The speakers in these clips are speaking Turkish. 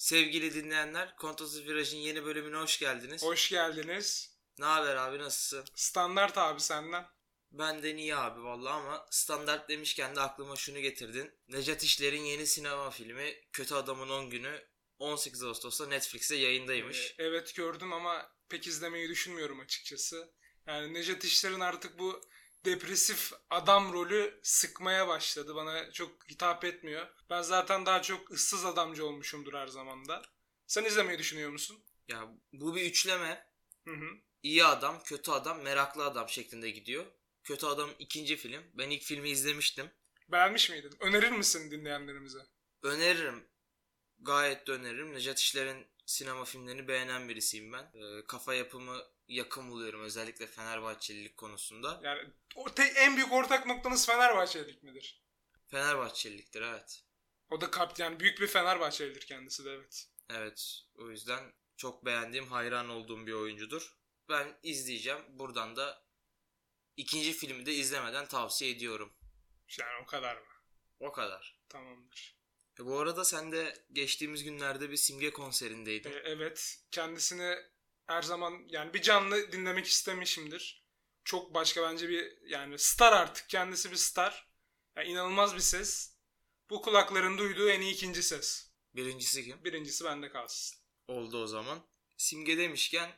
Sevgili dinleyenler, Kontasız Viraj'ın yeni bölümüne hoş geldiniz. Hoş geldiniz. Ne haber abi, nasılsın? Standart abi senden. Benden iyi abi vallahi, ama standart demişken de aklıma şunu getirdin. Nejat İşler'in yeni sinema filmi Kötü Adamın 10 Günü 18 Ağustos'ta Netflix'te yayındaymış. Evet gördüm ama pek izlemeyi düşünmüyorum açıkçası. Yani Nejat İşler'in artık bu depresif adam rolü sıkmaya başladı. Bana çok hitap etmiyor. Ben zaten daha çok ıssız adamcı olmuşumdur her zaman da. Sen izlemeyi düşünüyor musun? Ya bu bir üçleme. Hı hı. İyi adam, kötü adam, meraklı adam şeklinde gidiyor. Kötü Adam ikinci film. Ben ilk filmi izlemiştim. Beğenmiş miydin? Önerir misin dinleyenlerimize? Öneririm. Gayet de öneririm. Nejat İşler'in sinema filmlerini beğenen birisiyim ben. Kafa yapımı yakın buluyorum, özellikle Fenerbahçelilik konusunda. Yani en büyük ortak noktanız Fenerbahçelilik midir? Fenerbahçeliliktir, evet. O da yani büyük bir Fenerbahçelidir kendisi de, evet. Evet, o yüzden çok beğendiğim, hayran olduğum bir oyuncudur. Ben izleyeceğim. Buradan da ikinci filmi de izlemeden tavsiye ediyorum. Yani o kadar mı? O kadar. Tamamdır. Bu arada sen de geçtiğimiz günlerde bir Simge konserindeydin. Evet, kendisini her zaman yani bir canlı dinlemek istemişimdir. Çok başka bence bir yani star artık, kendisi bir star. Yani inanılmaz bir ses. Bu kulakların duyduğu en iyi ikinci ses. Birincisi kim? Birincisi bende kalsın. Oldu o zaman. Simge demişken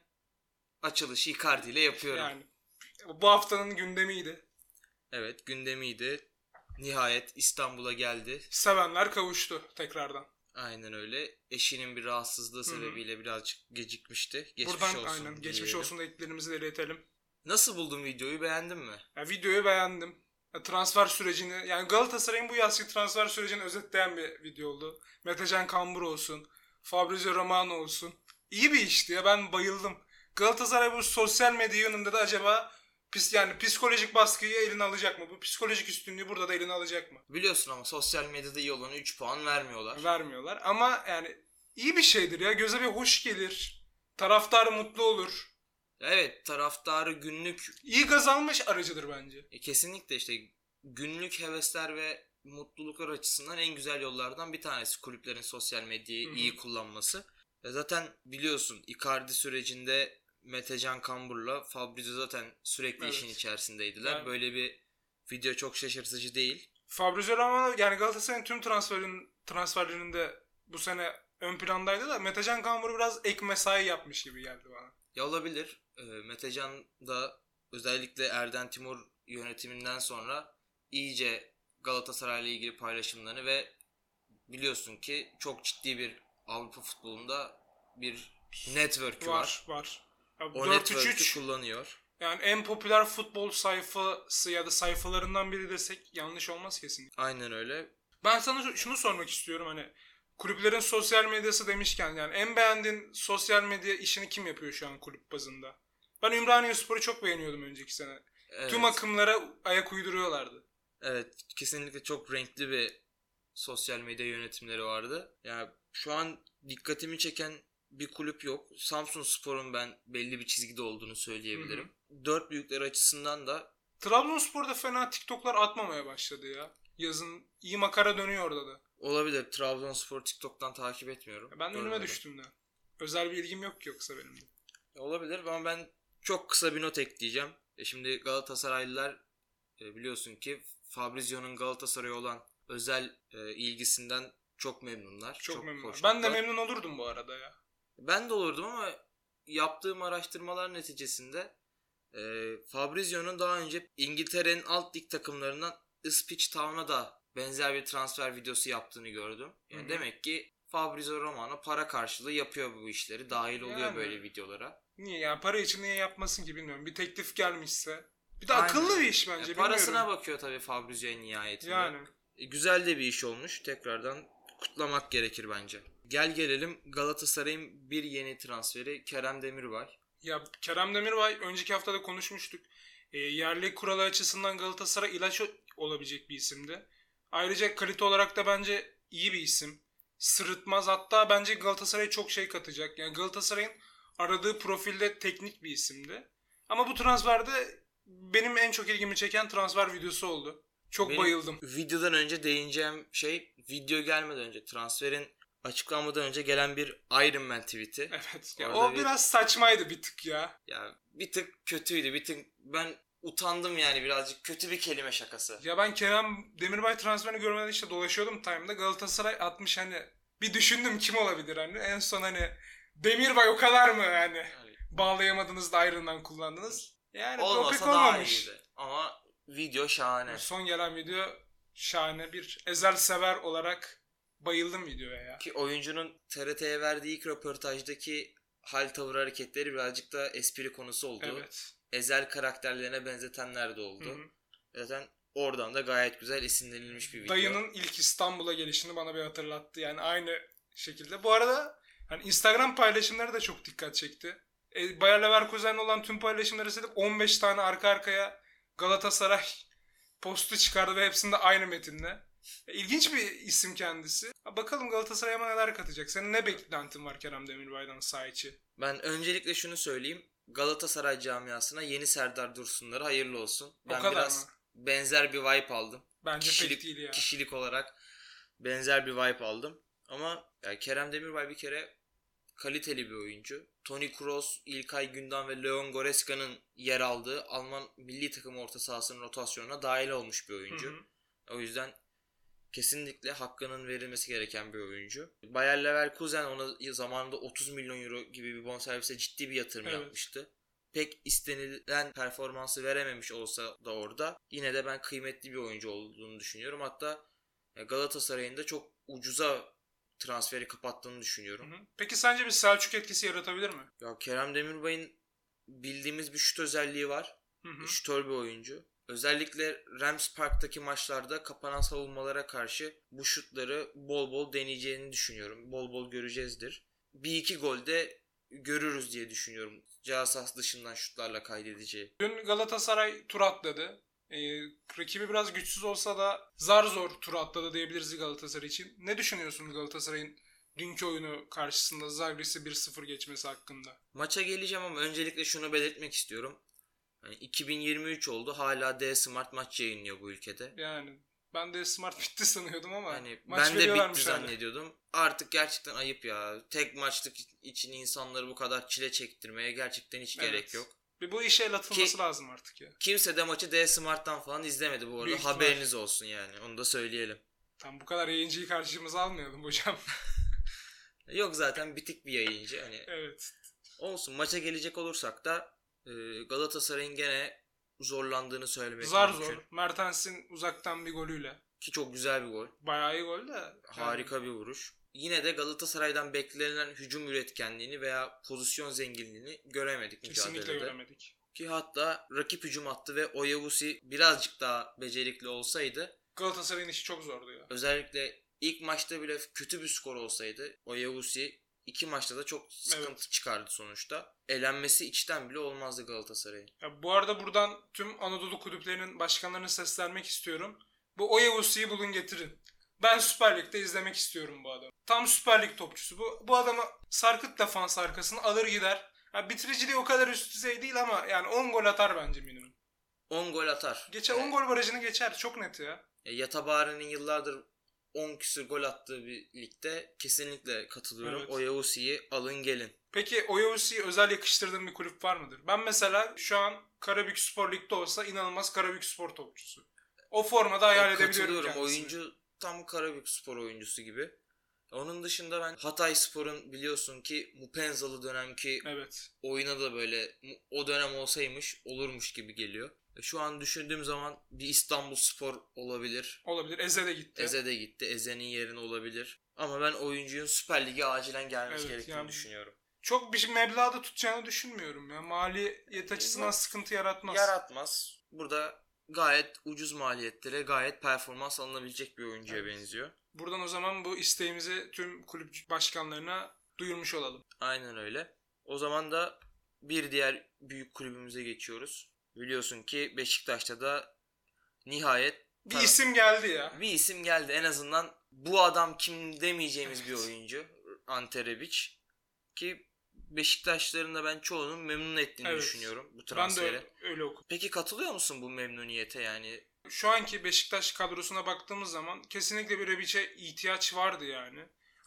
açılışı Icardi ile yapıyorum. Yani bu haftanın gündemiydi. Evet, gündemiydi. Nihayet İstanbul'a geldi. Sevenler kavuştu tekrardan. Aynen öyle. Eşinin bir rahatsızlığı sebebiyle birazcık gecikmişti. Geçmiş Buradan olsun aynen geçmiş diyelim. olsun da eklerimizi de iletelim. Nasıl buldun videoyu, beğendin mi? Ya, videoyu beğendim. Transfer sürecini, yani Galatasaray'ın bu yazki transfer sürecini özetleyen bir video oldu. Metecan Kambur olsun, Fabrizio Romano olsun. İyi bir işti ya, ben bayıldım. Galatasaray bu sosyal medya yönünde de acaba yani psikolojik baskıyı eline alacak mı? Bu psikolojik üstünlüğü burada da eline alacak mı? Biliyorsun ama sosyal medyada iyi olana 3 puan vermiyorlar. Vermiyorlar ama yani iyi bir şeydir ya, göze bir hoş gelir. Taraftar mutlu olur. Evet, taraftarı günlük... İyi gaz almış aracıdır bence. Kesinlikle işte günlük hevesler ve mutluluklar açısından en güzel yollardan bir tanesi kulüplerin sosyal medyayı iyi kullanması. Zaten biliyorsun Icardi sürecinde Metecan Kambur'la Fabrizio zaten sürekli işin içerisindeydiler. Yani böyle bir video çok şaşırtıcı değil. Fabrizio Romano yani Galatasaray'ın tüm transferlerinde bu sene ön plandaydı da Metecan Kambur biraz ek mesai yapmış gibi geldi bana. Ya olabilir. Metecan da özellikle Erden Timur yönetiminden sonra iyice Galatasaray'la ilgili paylaşımlarını ve biliyorsun ki çok ciddi bir Avrupa futbolunda bir network'ü var. Var. Ya, O network'ü kullanıyor. Yani en popüler futbol sayfası ya da sayfalarından biri desek yanlış olmaz kesinlikle. Aynen öyle. Ben sana şunu sormak istiyorum, hani kulüplerin sosyal medyası demişken yani en beğendiğin sosyal medya işini kim yapıyor şu an kulüp bazında? Ben Ümraniyespor'u çok beğeniyordum önceki sene. Evet. Tüm akımlara ayak uyduruyorlardı. Evet, kesinlikle çok renkli bir sosyal medya yönetimleri vardı. Yani şu an dikkatimi çeken bir kulüp yok. Samsunspor'un ben belli bir çizgide olduğunu söyleyebilirim. Dört büyükler açısından da Trabzonspor'da fena TikTok'lar atmamaya başladı ya. Yazın iyi makara dönüyor orada da. olabilir. Trabzonspor TikTok'tan takip etmiyorum. Ben önüme düştüm de. Özel bir ilgim yok ki yoksa benim de. Olabilir ama ben çok kısa bir not ekleyeceğim. Şimdi Galatasaraylılar biliyorsun ki Fabrizio'nun Galatasaray'a olan özel ilgisinden çok memnunlar. Çok memnunlar. hoşnutlar. Ben de memnun olurdum bu arada ya. Ben de olurdum ama yaptığım araştırmalar neticesinde Fabrizio'nun daha önce İngiltere'nin alt lig takımlarından Ipswich Town'a da benzer bir transfer videosu yaptığını gördüm. Yani demek ki Fabrizio Romano para karşılığı yapıyor bu işleri. Dahil oluyor Yani böyle videolara. niye ya, para için niye yapmasın ki bilmiyorum. Bir teklif gelmişse. Bir de Aynen. akıllı bir iş bence. Parasına bakıyor tabii Fabrizio en nihayetinde. Yani. Güzel de bir iş olmuş. Tekrardan kutlamak gerekir bence. Gel gelelim Galatasaray'ın bir yeni transferi Kerem Demirbay. Ya Kerem Demirbay önceki haftada konuşmuştuk. Yerli kuralı açısından Galatasaray ilaç olabilecek bir isimdi. Ayrıca kalite olarak da bence iyi bir isim. Sırıtmaz, hatta bence Galatasaray'a çok şey katacak. Yani Galatasaray'ın aradığı profilde teknik bir isimdi. Ama bu transferde benim en çok ilgimi çeken transfer videosu oldu. Çok bayıldım. Videodan önce değineceğim şey, video gelmeden önce transferin açıklanmadan önce gelen bir Iron Man tweet'i. Evet. Ya Orada o biraz saçmaydı bir tık ya. Ya bir tık kötüydü. Bir tık ben utandım yani, birazcık kötü bir kelime şakası. Ya ben Kerem Demirbay transferini görmeden işte dolaşıyordum Time'da. Galatasaray atmış hani. Bir düşündüm kim olabilir hani. En son hani Demirbay o kadar mı yani Yani bağlayamadınız da Iron Man kullandınız. Yani o pek olmasa daha olmamış. iyiydi. Ama video şahane. Son gelen video şahane, bir Ezel sever olarak bayıldım videoya ya. Ki oyuncunun TRT'ye verdiği ilk röportajdaki hal, tavır, hareketleri birazcık da espri konusu oldu. Evet. Ezel karakterlerine benzetenler de oldu. Hı hı. Zaten oradan da gayet güzel esinlenilmiş bir video. Dayının ilk İstanbul'a gelişini bana bir hatırlattı. Yani aynı şekilde. Bu arada hani Instagram paylaşımları da çok dikkat çekti. Bayer Leverkusen'le olan tüm paylaşımları silip 15 tane arka arkaya Galatasaray postu çıkardı ve hepsinde aynı metinle. İlginç bir isim kendisi. Bakalım Galatasaray'a neler katacak. Senin ne beklentin var Kerem Demirbay'dan saha içi? Ben öncelikle şunu söyleyeyim. Galatasaray camiasına yeni Serdar Dursunları hayırlı olsun. O Ben kadar biraz mı? benzer bir vibe aldım. Bence pek değil ya. Kişilik olarak benzer bir vibe aldım. Ama ya Kerem Demirbay bir kere kaliteli bir oyuncu. Toni Kroos, İlkay Gündoğan ve Leon Goreska'nın yer aldığı Alman milli takım orta sahasının rotasyonuna dahil olmuş bir oyuncu. Hı hı. O yüzden kesinlikle hakkının verilmesi gereken bir oyuncu. Bayer Leverkusen ona zamanında 30 milyon euro gibi bir bonservise ciddi bir yatırım Evet. yapmıştı. Pek istenilen performansı verememiş olsa da orada yine de ben kıymetli bir oyuncu olduğunu düşünüyorum. Hatta Galatasaray'ın da çok ucuza transferi kapattığını düşünüyorum. Hı hı. Peki sence bir Selçuk etkisi yaratabilir mi? Ya Kerem Demirbay'ın bildiğimiz bir şut özelliği var. Hı hı. Şutör bir oyuncu. Özellikle Rams Park'taki maçlarda kapanan savunmalara karşı bu şutları bol bol deneyeceğini düşünüyorum. Bol bol göreceğizdir. Bir iki gol de görürüz diye düşünüyorum. Ceza sahası dışından şutlarla kaydedeceği. Dün Galatasaray tur atladı. Rakibi biraz güçsüz olsa da zar zor tur atladı diyebiliriz Galatasaray için. Ne düşünüyorsunuz Galatasaray'ın dünkü oyunu karşısında Zagres'i 1-0 geçmesi hakkında? Maça geleceğim ama öncelikle şunu belirtmek istiyorum. Yani 2023 oldu, hala D-Smart maç yayınlıyor bu ülkede. Yani ben de Smart bitti sanıyordum ama Yani maç ben de bitti veriyorlarmış hala. zannediyordum. Artık gerçekten ayıp ya. Tek maçlık için insanları bu kadar çile çektirmeye gerçekten hiç gerek Evet. yok. Bir bu işe el atılması Ki- lazım artık ya. Kimse de maçı D-Smart'tan falan izlemedi bu arada. Büyük ihtimal. Haberiniz olsun yani. Onu da söyleyelim. Tam bu kadar yayıncıyı karşımıza almayalım hocam. Yok, zaten bitik bir yayıncı. Hani Evet. olsun. Maça gelecek olursak da Galatasaray'ın gene zorlandığını söylemek Zar mümkün. zor. Mertens'in uzaktan bir golüyle. Ki çok güzel bir gol. Bayağı iyi gol de. Yani Harika bir vuruş. Yine de Galatasaray'dan beklenilen hücum üretkenliğini veya pozisyon zenginliğini göremedik kesinlikle mücadelede. göremedik. Ki hatta rakip hücum attı ve Oyavusi birazcık daha becerikli olsaydı, Galatasaray'ın işi çok zordu ya. özellikle ilk maçta bile kötü bir skor olsaydı, Oyavusi iki maçta da çok sıkıntı çıkardı sonuçta. Elenmesi içten bile olmazdı Galatasaray'ın. Ya bu arada buradan tüm Anadolu kulüplerinin başkanlarını seslenmek istiyorum. Bu Oyavusi'yi bulun getirin. Ben Süper Lig'de izlemek istiyorum bu adamı. Tam Süper Lig topçusu. Bu adamı sarkıt defans arkasını alır gider. Ya bitiriciliği o kadar üst düzey değil ama yani 10 gol atar bence minimum. 10 gol atar. Geçer 10 gol barajını geçer. Çok net ya. Yatabari'nin yıllardır 10 küsur gol attığı bir ligde kesinlikle katılıyorum. Evet. Oyavusi'yi alın gelin. Peki Oyavusi'yi özel yakıştırdığın bir kulüp var mıdır? Ben mesela şu an Karabükspor Lig'de olsa inanılmaz Karabükspor topçusu. O formada hayal edebiliyorum Katılıyorum. kendisini. Oyuncu tam Karabükspor oyuncusu gibi. Onun dışında ben Hatayspor'un biliyorsun ki Mupenzalı dönemki Evet. oyuna da böyle o dönem olsaymış olurmuş gibi geliyor. Şu an düşündüğüm zaman bir İstanbulspor olabilir. Olabilir. Eze de gitti. Eze de gitti. Eze'nin yerine olabilir. Ama ben oyuncunun Süper Lig'e acilen gelmesi Evet, gerektiğini yani düşünüyorum. çok bir meblağ da tutacağını düşünmüyorum ya. Maliyet açısından Yok. sıkıntı yaratmaz. Yaratmaz. Burada gayet ucuz maliyetlere gayet performans alınabilecek bir oyuncuya Evet. benziyor. Buradan o zaman bu isteğimizi tüm kulüp başkanlarına duyurmuş olalım. Aynen öyle. O zaman da bir diğer büyük kulübümüze geçiyoruz. Biliyorsun ki Beşiktaş'ta da nihayet Bir isim geldi ya. bir isim geldi. En azından bu adam kim demeyeceğimiz bir oyuncu. Ante Rebic. Ki Beşiktaşların da ben çoğunun memnun ettiğini Evet. düşünüyorum bu Ben transfere. de öyle okudum. Peki katılıyor musun bu memnuniyete yani? Şu anki Beşiktaş kadrosuna baktığımız zaman kesinlikle bir Rebic'e ihtiyaç vardı yani.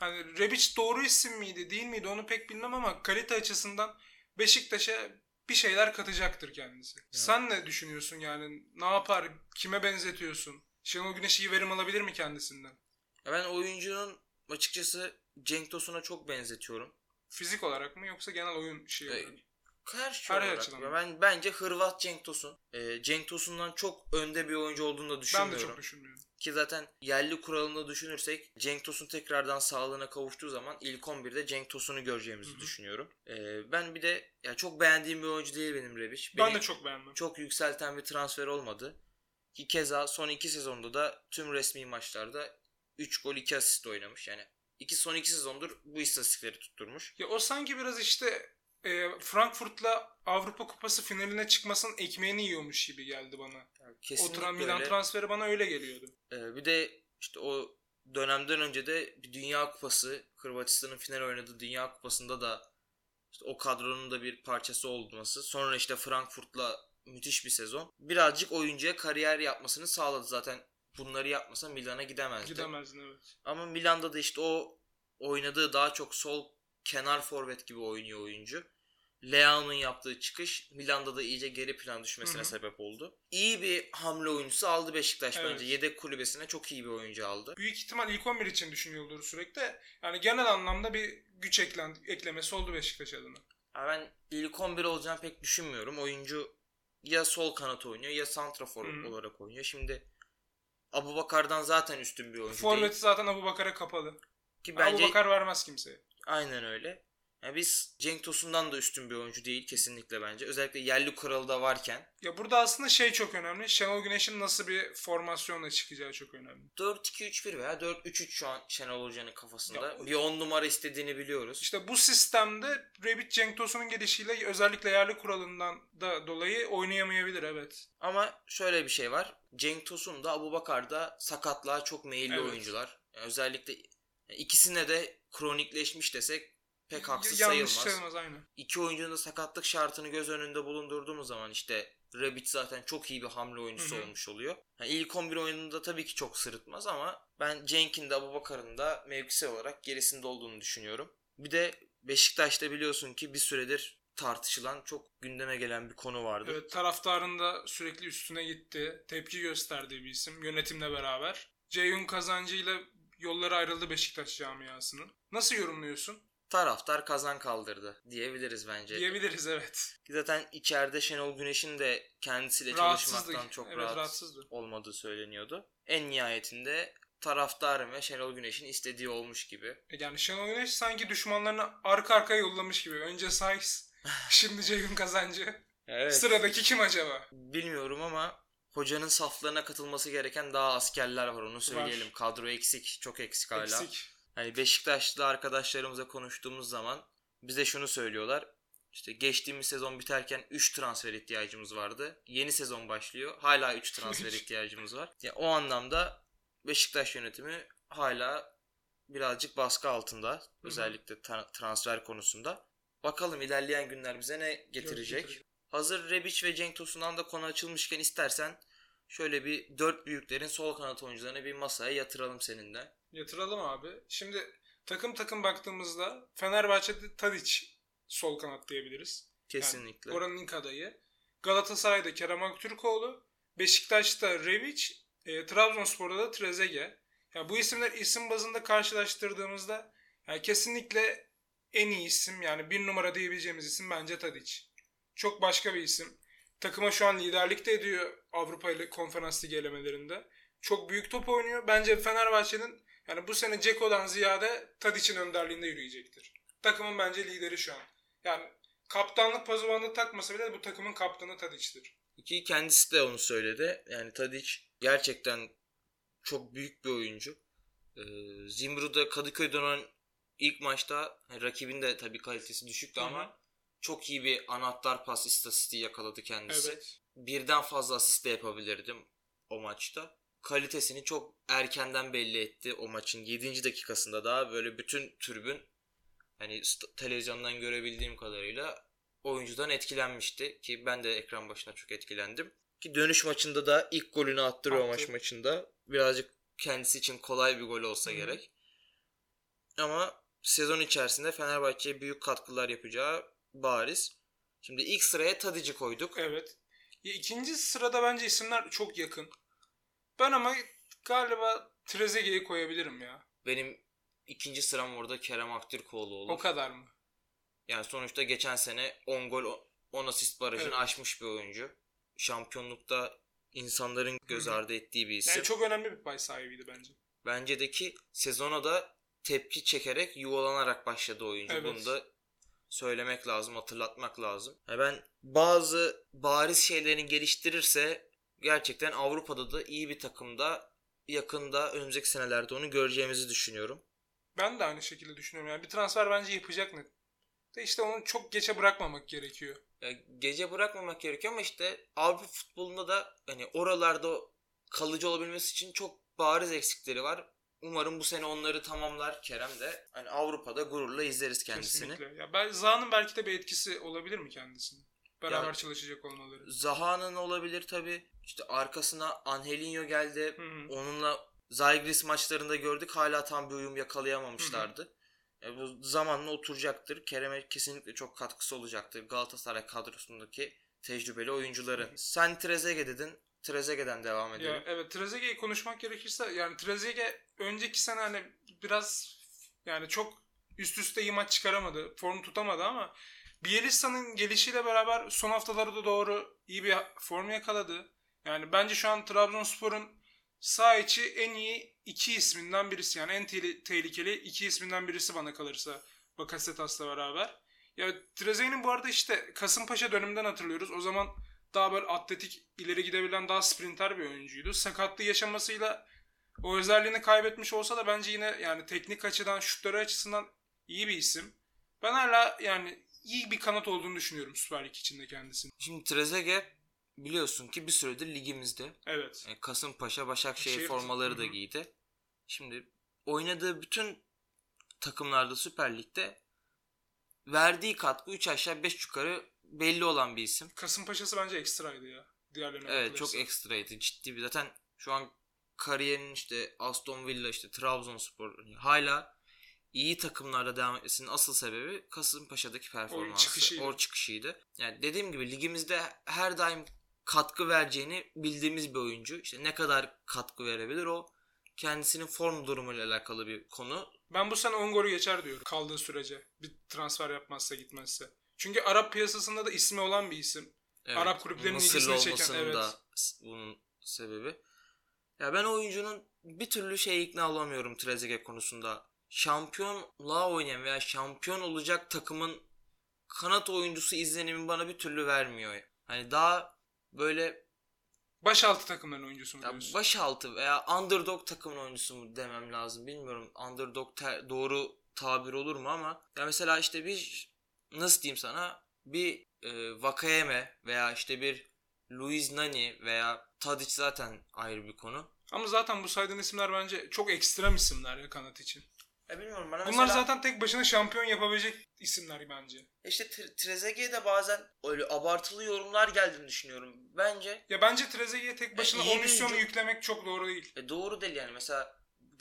Hani Rebic doğru isim miydi değil miydi onu pek bilmem ama kalite açısından Beşiktaş'a bir şeyler katacaktır kendisi. Evet. Sen ne düşünüyorsun yani? Ne yapar? Kime benzetiyorsun? Şenol Güneş iyi verim alabilir mi kendisinden? Ben oyuncunun açıkçası Cenk Tosun'a çok benzetiyorum. Fizik olarak mı yoksa genel oyun şeyi Ee, olarak? Her şey Her olarak. açıdan mı? Ben bence Hırvat Cenk Tosun. Cenk Tosun'dan çok önde bir oyuncu olduğunu da Ben düşünmüyorum. de çok düşünmüyorum. Ki zaten yerli kuralını düşünürsek Cenk Tosun tekrardan sağlığına kavuştuğu zaman ilk 11'de Cenk Tosun'u göreceğimizi düşünüyorum. Ben bir de ya çok beğendiğim bir oyuncu değil benim Rebic. Ben Beni de çok beğendim. çok yükselten bir transfer olmadı. Ki keza son 2 sezonda da tüm resmi maçlarda 3 gol 2 asist oynamış. Yani son 2 sezondur bu istatistikleri tutturmuş. Ya o sanki biraz işte Frankfurt'la Avrupa Kupası finaline çıkmasının ekmeğini yiyormuş gibi geldi bana. Yani kesinlikle Oturan Milan öyle. transferi bana öyle geliyordu. Bir de işte o dönemden önce de bir Dünya Kupası, Hırvatistan'ın final oynadığı Dünya Kupası'nda da işte o kadronun da bir parçası olması. Sonra işte Frankfurt'la müthiş bir sezon. Birazcık oyuncuya kariyer yapmasını sağladı. Zaten bunları yapmasa Milan'a gidemezdi. Gidemezdin evet. Ama Milan'da da işte o oynadığı daha çok sol kenar forvet gibi oynuyor oyuncu. Leao'nun yaptığı çıkış Milan'da da iyice geri plan düşmesine sebep oldu. İyi bir hamle oyuncusu aldı Beşiktaş Evet. bence. Yedek kulübesine çok iyi bir oyuncu aldı. Büyük ihtimal ilk 11 için düşünüyordur sürekli. Yani genel anlamda bir güç eklemesi oldu Beşiktaş adına. Ya ben ilk 11 olacağını pek düşünmüyorum. Oyuncu ya sol kanat oynuyor ya santrafor olarak oynuyor. Şimdi Abubakar'dan zaten üstün bir oyuncu Forvet'i değil. zaten Abubakar'a kapalı. Ki bence Abubakar vermez kimseye. aynen öyle. Yani biz Cenk Tosun'dan da üstün bir oyuncu değil kesinlikle bence. Özellikle yerli kuralı da varken. Ya burada aslında şey çok önemli. Şenol Güneş'in nasıl bir formasyonla çıkacağı çok önemli. 4-2-3-1 veya 4-3-3 şu an Şenol Hoca'nın kafasında. Ya, bir 10 numara istediğini biliyoruz. İşte bu sistemde Rebic Cenk Tosun'un gelişiyle özellikle yerli kuralından da dolayı oynayamayabilir evet. Ama şöyle bir şey var. Cenk Tosun da Abubakar da sakatlığa çok meyilli Evet. oyuncular. Yani özellikle ikisine de kronikleşmiş desek pek haksız Yanlış sayılmaz. sayılmaz aynen. İki oyuncunun da sakatlık şartını göz önünde bulundurduğumuz zaman işte Rebic zaten çok iyi bir hamle oyuncusu olmuş oluyor. Yani ilk 11 oyununda tabii ki çok sırıtmaz ama ben Cenk'in de Abubakar'ın da mevkisel olarak gerisinde olduğunu düşünüyorum. Bir de Beşiktaş'ta biliyorsun ki bir süredir tartışılan çok gündeme gelen bir konu vardı. Evet, taraftarın da sürekli üstüne gitti. Tepki gösterdiği bir isim yönetimle beraber. Ceyhun Kazancı ile yolları ayrıldı Beşiktaş camiasının. Nasıl yorumluyorsun? Taraftar kazan kaldırdı diyebiliriz bence. Diyebiliriz evet. Zaten içeride Şenol Güneş'in de kendisiyle Rahatsızdı. çalışmaktan çok Evet, rahat rahatsızdı. olmadığı söyleniyordu. En nihayetinde taraftarın ve Şenol Güneş'in istediği olmuş gibi. Yani Şenol Güneş sanki düşmanlarını arka arkaya yollamış gibi. Önce Saiz, şimdi Ceyhun Kazancı. Evet. Sıradaki kim acaba? Bilmiyorum ama hocanın saflarına katılması gereken daha askerler var, onu söyleyelim. Var. Kadro eksik, çok eksik hala. Eksik. Hani Beşiktaşlı arkadaşlarımıza konuştuğumuz zaman bize şunu söylüyorlar. İşte geçtiğimiz sezon biterken 3 transfer ihtiyacımız vardı. Yeni sezon başlıyor. Hala 3 transfer ihtiyacımız var. Yani o anlamda Beşiktaş yönetimi hala birazcık baskı altında. Özellikle transfer konusunda. Bakalım ilerleyen günler bize ne getirecek. Hazır Rebic ve Cenk Tosun'dan da konu açılmışken istersen şöyle bir 4 büyüklerin sol kanat oyuncularını bir masaya yatıralım seninle. Yatıralım abi. Şimdi takım baktığımızda Fenerbahçe'de Tadic sol kanat diyebiliriz. Kesinlikle. Yani oranın ilk adayı. Galatasaray'da Kerem Aktürkoğlu. Beşiktaş'ta Rebic. Trabzonspor'da da Trezeguet. Yani bu isimler isim bazında karşılaştırdığımızda yani kesinlikle en iyi isim yani bir numara diyebileceğimiz isim bence Tadic. Çok başka bir isim. Takıma şu an liderlik de ediyor Avrupa ile Konferans Ligi elemelerinde. Çok büyük top oynuyor. Bence Fenerbahçe'nin yani bu sene Ceko'dan ziyade Tadic'in önderliğinde yürüyecektir. Takımın bence lideri şu an. Yani kaptanlık pazuvanını takmasa bile bu takımın kaptanı Tadic'tir. Ki kendisi de onu söyledi. Yani Tadic gerçekten çok büyük bir oyuncu. Zimbru'da Kadıköy'de oynanan ilk maçta rakibin de tabii kalitesi düşüktü ama çok iyi bir anahtar pas istatistiği yakaladı kendisi. Evet. Birden fazla asist de yapabilirdim o maçta. Kalitesini çok erkenden belli etti o maçın 7. dakikasında daha böyle bütün tribün hani televizyondan görebildiğim kadarıyla oyuncudan etkilenmişti ki ben de ekran başına çok etkilendim. Ki dönüş maçında da ilk golünü attı Rövanş maçında. Birazcık kendisi için kolay bir gol olsa gerek. Ama sezon içerisinde Fenerbahçe'ye büyük katkılar yapacağı bariz. Şimdi ilk sıraya Tadic'i koyduk. Evet. İkinci sırada bence isimler çok yakın. Ben ama galiba Trezeguet'i koyabilirim ya. Benim ikinci sıram orada Kerem Aktürkoğlu olur. O kadar mı? Yani sonuçta geçen sene 10 gol 10 asist barajını Evet. aşmış bir oyuncu. Şampiyonlukta insanların göz ardı ettiği bir isim. Yani çok önemli bir pay sahibiydi bence. Bence de ki sezona da tepki çekerek, yuvalanarak başladı oyuncu. Evet. Bunu da söylemek lazım, hatırlatmak lazım. Yani ben bazı bariz şeylerini geliştirirse gerçekten Avrupa'da da iyi bir takımda yakında önümüzdeki senelerde onu göreceğimizi düşünüyorum. Ben de aynı şekilde düşünüyorum. Yani bir transfer bence yapacak net. De işte onu çok geçe bırakmamak gerekiyor. Ya gece bırakmamak gerekiyor ama işte Avrupa futbolunda da hani oralarda kalıcı olabilmesi için çok bariz eksikleri var. Umarım bu sene onları tamamlar Kerem de. Hani Avrupa'da gururla izleriz kendisini. Kesinlikle. Ya Zaha'nın belki de bir etkisi olabilir mi kendisine? Beraber Ya, çalışacak olmaları. Zaha'nın olabilir tabii. İşte arkasına Angelinho geldi. Hı. Onunla Zalgiris maçlarında gördük. Hala tam bir uyum yakalayamamışlardı. Bu zamanla oturacaktır. Kerem'e kesinlikle çok katkısı olacaktır. Galatasaray kadrosundaki tecrübeli oyuncuların. Sen Trezeguet dedin. Trezeguet'den devam edelim. Ya evet, Trezeguet'i konuşmak gerekirse yani Trezeguet önceki sene hani biraz yani çok üst üste iyi maç çıkaramadı. Form tutamadı ama Bielitsa'nın gelişiyle beraber son haftalarda doğru iyi bir form yakaladı. Yani bence şu an Trabzonspor'un sağ içi en iyi iki isminden birisi. Yani en tehlikeli iki isminden birisi bana kalırsa Bakasetas'la beraber. Ya Trezeguet'in bu arada işte Kasımpaşa döneminden hatırlıyoruz. O zaman daha böyle atletik, ileri gidebilen, daha sprinter bir oyuncuydu. Sakatlığı yaşamasıyla o özelliğini kaybetmiş olsa da bence yine yani teknik açıdan, şutları açısından iyi bir isim. Ben hala yani iyi bir kanat olduğunu düşünüyorum Süper Lig içinde kendisini. Şimdi Trezeguet biliyorsun ki bir süredir ligimizde. Evet. Kasımpaşa, Başakşehir Şey, formaları da giydi. Şimdi oynadığı bütün takımlarda Süper Lig'de verdiği katkı 3 aşağı 5 yukarı belli olan bir isim. Kasımpaşa'sı bence ekstraydı ya. Diğerlerine Evet, bakılırsa. çok ekstraydı. Ciddi bir, zaten şu an kariyerinin işte Aston Villa, işte Trabzonspor hala iyi takımlarda devam etmesinin asıl sebebi Kasımpaşa'daki performansı. O çıkışıydı. Yani dediğim gibi ligimizde her daim katkı vereceğini bildiğimiz bir oyuncu. İşte ne kadar katkı verebilir o kendisinin form durumuyla alakalı bir konu. Ben bu sene 10 golü geçer diyorum kaldığı sürece. Bir transfer yapmazsa, gitmezse. Çünkü Arap piyasasında da ismi olan bir isim. Evet, Arap kulüplerinin Mısırlı ilgisini çeken. olmasının Evet. da bunun sebebi. Ya ben oyuncunun bir türlü ikna olamıyorum Trezeguet konusunda. Şampiyonluğa oynayan veya şampiyon olacak takımın kanat oyuncusu izlenimi bana bir türlü vermiyor. Hani daha böyle Başaltı takımların oyuncusu mu ya diyorsun? başaltı veya underdog takımın oyuncusu mu demem lazım. Bilmiyorum underdog doğru tabir olur mu ama ya mesela işte bir nasıl diyeyim sana bir Vakayeme veya işte bir Luiz Nani veya Tadic zaten ayrı bir konu. Ama zaten bu saydığın isimler bence çok ekstrem isimler ya kanat için. Ya bilmiyorum bana Bunlar mesela zaten tek başına şampiyon yapabilecek isimler bence. işte Trezeguet'e bazen öyle abartılı yorumlar geldiğini düşünüyorum. Bence Ya bence Trezeguet'e tek başına iyi o bir misyonu hücum- yüklemek çok doğru değil. doğru değil yani. Mesela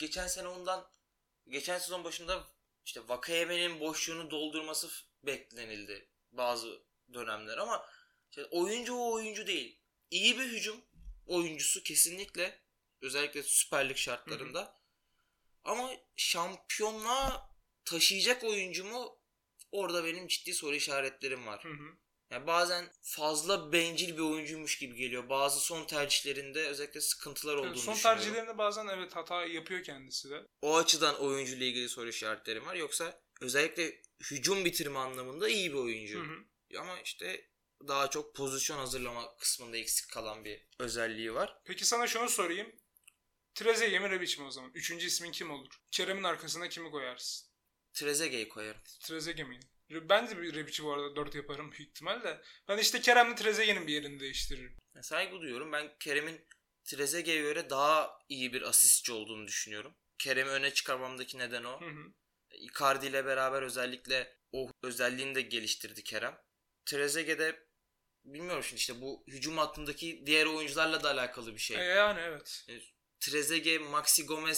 geçen sezon başında işte Vakayeme'nin boşluğunu doldurması beklenildi bazı dönemler ama işte oyuncu o oyuncu değil. İyi bir hücum oyuncusu kesinlikle, özellikle Süper Lig şartlarında. Ama şampiyonluğa taşıyacak oyuncu mu? Orada benim ciddi soru işaretlerim var. Yani bazen fazla bencil bir oyuncuymuş gibi geliyor. Bazı son tercihlerinde özellikle sıkıntılar olduğunu Son düşünüyorum. tercihlerinde bazen evet hata yapıyor kendisi de. O açıdan oyuncuyla ilgili soru işaretlerim var. Yoksa özellikle hücum bitirme anlamında iyi bir oyuncu. Ama işte daha çok pozisyon hazırlama kısmında eksik kalan bir özelliği var. Peki sana şunu sorayım. Trezeguet mi Rebic mi o zaman? Üçüncü ismin kim olur? Kerem'in arkasına kimi koyarsın? Trezeguet'i koyarım. Trezeguet mi? Ben de bir Rebic'i bu arada 4 yaparım büyük ihtimalle. Ben işte Kerem'le Trezeguet'in bir yerini değiştiririm. Saygı duyuyorum. Ben Kerem'in Trezeguet'e göre daha iyi bir asistçi olduğunu düşünüyorum. Kerem'i öne çıkarmamdaki neden o. Icardi ile beraber özellikle o özelliğini de geliştirdi Kerem. Trezeguet'de bilmiyorum şimdi işte bu hücum hattındaki diğer oyuncularla da alakalı bir şey. Yani evet. Trezeguet, Maxi Gomez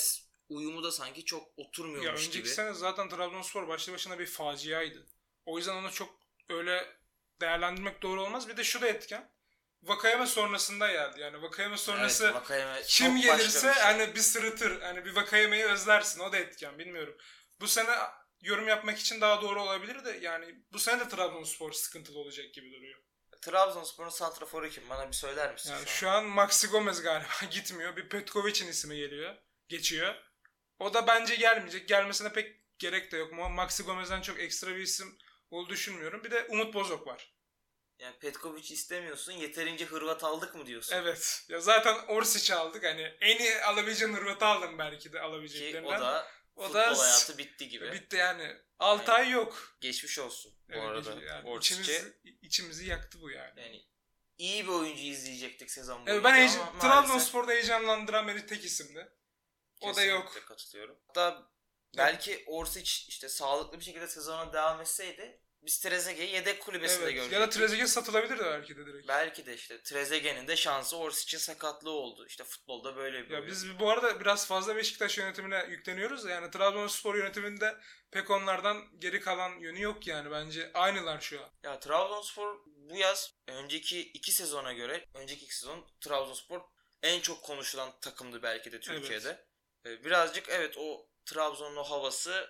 uyumu da sanki çok Ya oturmuyormuş önceki gibi. sene zaten Trabzonspor başlı başına bir faciaydı. O yüzden onu çok öyle değerlendirmek doğru olmaz. Bir de şu da etken. Vakayeme sonrasında geldi. Yani Vakayeme sonrası Evet, Vakayeme kim çok başka gelirse bir şey. hani bir sırıtır. Hani bir Vakayeme'yi özlersin. O da etken. Bilmiyorum. Bu sene yorum yapmak için daha doğru olabilir de yani bu sene de Trabzonspor sıkıntılı olacak gibi duruyor. Trabzonspor'un santraforu kim? Bana bir söyler misin Yani şu şu an? an Maxi Gomez galiba gitmiyor. Bir Petkovic'in ismi geliyor. Geçiyor. O da bence gelmeyecek. Gelmesine pek gerek de yok. Ama Maxi Gomez'den çok ekstra bir isim olduğunu düşünmüyorum. Bir de Umut Bozok var. Yani Petkovic'i istemiyorsun. Yeterince Hırvat aldık mı diyorsun? Evet. Ya zaten Orsic'i aldık. Hani en iyi alabileceğin Hırvat'ı aldım belki de Ki alabileceklerinden. o da futbol hayatı bitti gibi. Bitti yani. 6 Yani ay yok. geçmiş olsun bu Evet, arada. yani Orsiç'e. içimizi yaktı bu yani. Yani iyi bir oyuncu izleyecektik sezon boyunca. Evet, ben ama maalesef Trabzonspor'da heyecanlandıran beni tek isimdi. O da kesinlikle yok. katılıyorum. Hatta belki Orsic işte sağlıklı bir şekilde sezona devam etseydi biz Trezeguet'i yedek kulübesinde Evet. görecektik. Ya da Trezeguet satılabilir de belki de direkt. Belki de işte Trezeguet'in de şansı Orsic'in sakatlığı oldu. İşte futbolda böyle bir Ya oyun. biz bu arada biraz fazla Beşiktaş yönetimine yükleniyoruz da yani Trabzonspor yönetiminde pek onlardan geri kalan yönü yok yani bence aynılar şu an. Ya Trabzonspor bu yaz önceki iki sezona göre önceki iki sezon Trabzonspor en çok konuşulan takımdı belki de Türkiye'de. Birazcık evet o Trabzon'un o havası